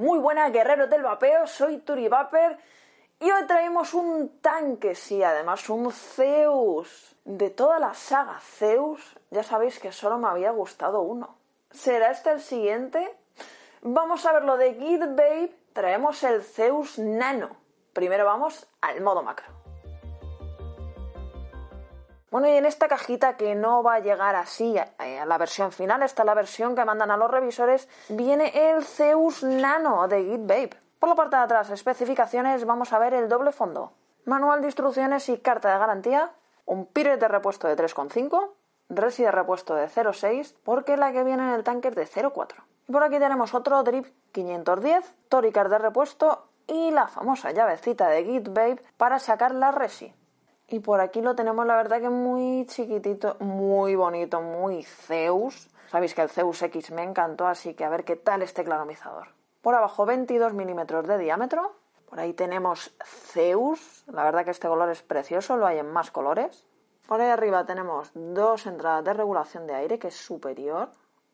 Muy buenas, guerreros del vapeo, soy Turivaper y hoy traemos un tanque, sí, además un Zeus. De toda la saga Zeus, ya sabéis que solo me había gustado uno. ¿Será este el siguiente? Vamos a ver lo de Git Babe, traemos el Zeus Nano. Primero vamos al modo macro. Bueno, y en esta cajita, que no va a llegar así a la versión final, esta es la versión que mandan a los revisores, viene el Zeus Nano de Git Babe. Por la parte de atrás, especificaciones, vamos a ver el doble fondo, manual de instrucciones y carta de garantía, un Pirate de repuesto de 3,5, Resi de repuesto de 0,6, porque la que viene en el tanque es de 0,4. Y por aquí tenemos otro Drip 510, Toricard de repuesto y la famosa llavecita de Git Babe para sacar la Resi. Y por aquí lo tenemos, la verdad que muy chiquitito, muy bonito, muy Zeus. Sabéis que el Zeus X me encantó, así que a ver qué tal este claromizador. Por abajo 22 milímetros de diámetro. Por ahí tenemos Zeus. La verdad que este color es precioso, lo hay en más colores. Por ahí arriba tenemos dos entradas de regulación de aire, que es superior.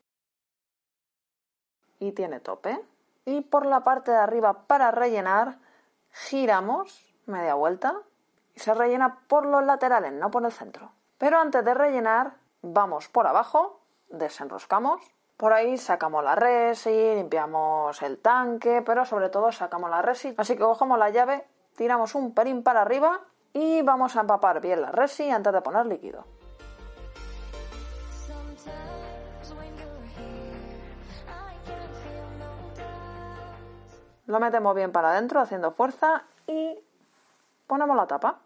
Y tiene tope. Y por la parte de arriba, para rellenar, giramos media vuelta. Y se rellena por los laterales, no por el centro. Pero antes de rellenar, vamos por abajo, desenroscamos. Por ahí sacamos la resi, limpiamos el tanque, pero sobre todo sacamos la resi. Así que cogemos la llave, tiramos un pelín para arriba y vamos a empapar bien la resi antes de poner líquido. Lo metemos bien para adentro haciendo fuerza y ponemos la tapa.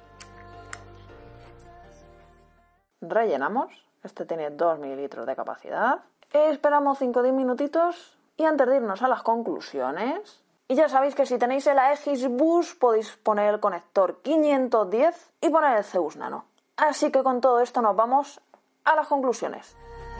Rellenamos. Este tiene 2 mililitros de capacidad. Esperamos 5 o 10 minutitos y antes de irnos a las conclusiones. Y ya sabéis que si tenéis el Aegis Boost podéis poner el conector 510 y poner el Zeus Nano. Así que con todo esto nos vamos a las conclusiones.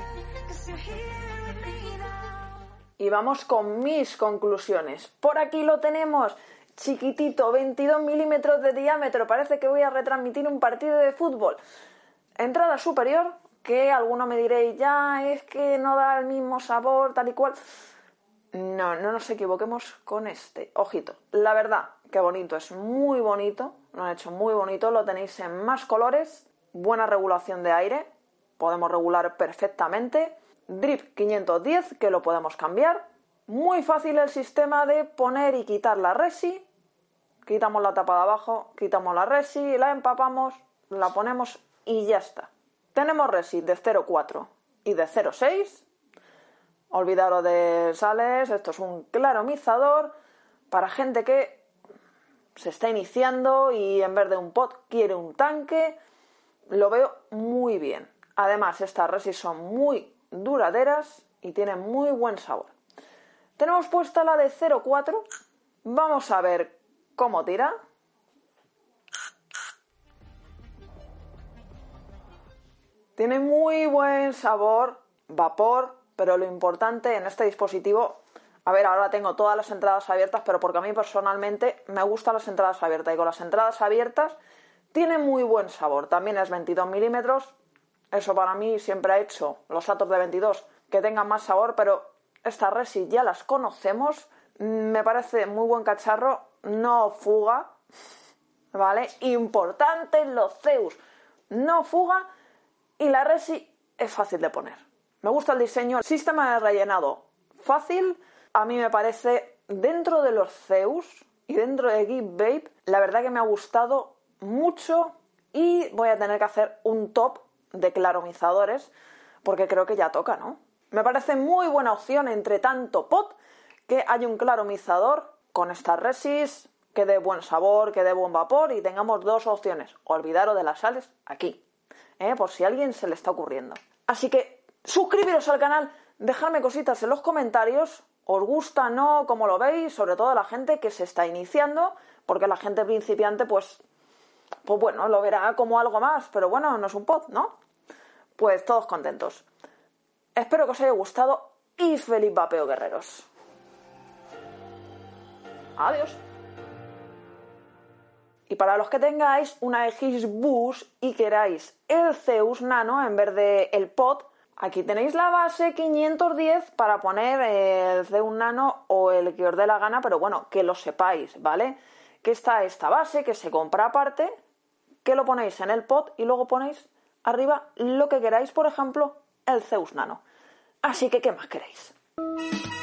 Y vamos con mis conclusiones. Por aquí lo tenemos. Chiquitito, 22 milímetros de diámetro. Parece que voy a retransmitir un partido de fútbol. Entrada superior, que alguno me diréis, ya es que no da el mismo sabor, tal y cual. No nos equivoquemos con este. Ojito, la verdad, que bonito, es muy bonito. Lo han hecho muy bonito, lo tenéis en más colores. Buena regulación de aire, podemos regular perfectamente. Drip 510, que lo podemos cambiar. Muy fácil el sistema de poner y quitar la resi. Quitamos la tapa de abajo, quitamos la resi, la empapamos, la ponemos y ya está. Tenemos resi de 0,4 y de 0,6. Olvidaros de sales, esto es un claromizador para gente que se está iniciando y en vez de un pot quiere un tanque. Lo veo muy bien. Además, estas resi son muy duraderas y tienen muy buen sabor. Tenemos puesta la de 0,4. Vamos a ver cómo tira. Tiene muy buen sabor, vapor, pero lo importante en este dispositivo... A ver, ahora tengo todas las entradas abiertas, pero porque a mí personalmente me gustan las entradas abiertas. Y con las entradas abiertas tiene muy buen sabor. También es 22 milímetros. Eso para mí siempre ha hecho los Atos de 22 que tengan más sabor, pero estas resi ya las conocemos. Me parece muy buen cacharro, no fuga, ¿vale? Importante, los Zeus no fuga y la resi es fácil de poner. Me gusta el diseño, el sistema de rellenado fácil. A mí me parece, dentro de los Zeus y dentro de Git Babe, la verdad que me ha gustado mucho y voy a tener que hacer un top de claromizadores porque creo que ya toca, ¿no? Me parece muy buena opción entre tanto pot que hay un claromizador con estas resis que dé buen sabor, que dé buen vapor y tengamos dos opciones. Olvidaros de las sales aquí, por si a alguien se le está ocurriendo. Así que suscribiros al canal, dejadme cositas en los comentarios. ¿Os gusta, no? ¿Cómo lo veis? Sobre todo la gente que se está iniciando, porque la gente principiante pues bueno, lo verá como algo más, pero bueno, no es un pod, ¿no? Pues todos contentos. Espero que os haya gustado y feliz vapeo, guerreros. Adiós. Y para los que tengáis una Aegis Boost y queráis el Zeus Nano en vez de el pod, Aquí tenéis la base 510 para poner el Zeus Nano o el que os dé la gana, pero bueno, que lo sepáis, ¿vale? Que está esta base que se compra aparte, que lo ponéis en el pot y luego ponéis arriba lo que queráis, por ejemplo, el Zeus Nano. Así que, ¿qué más queréis?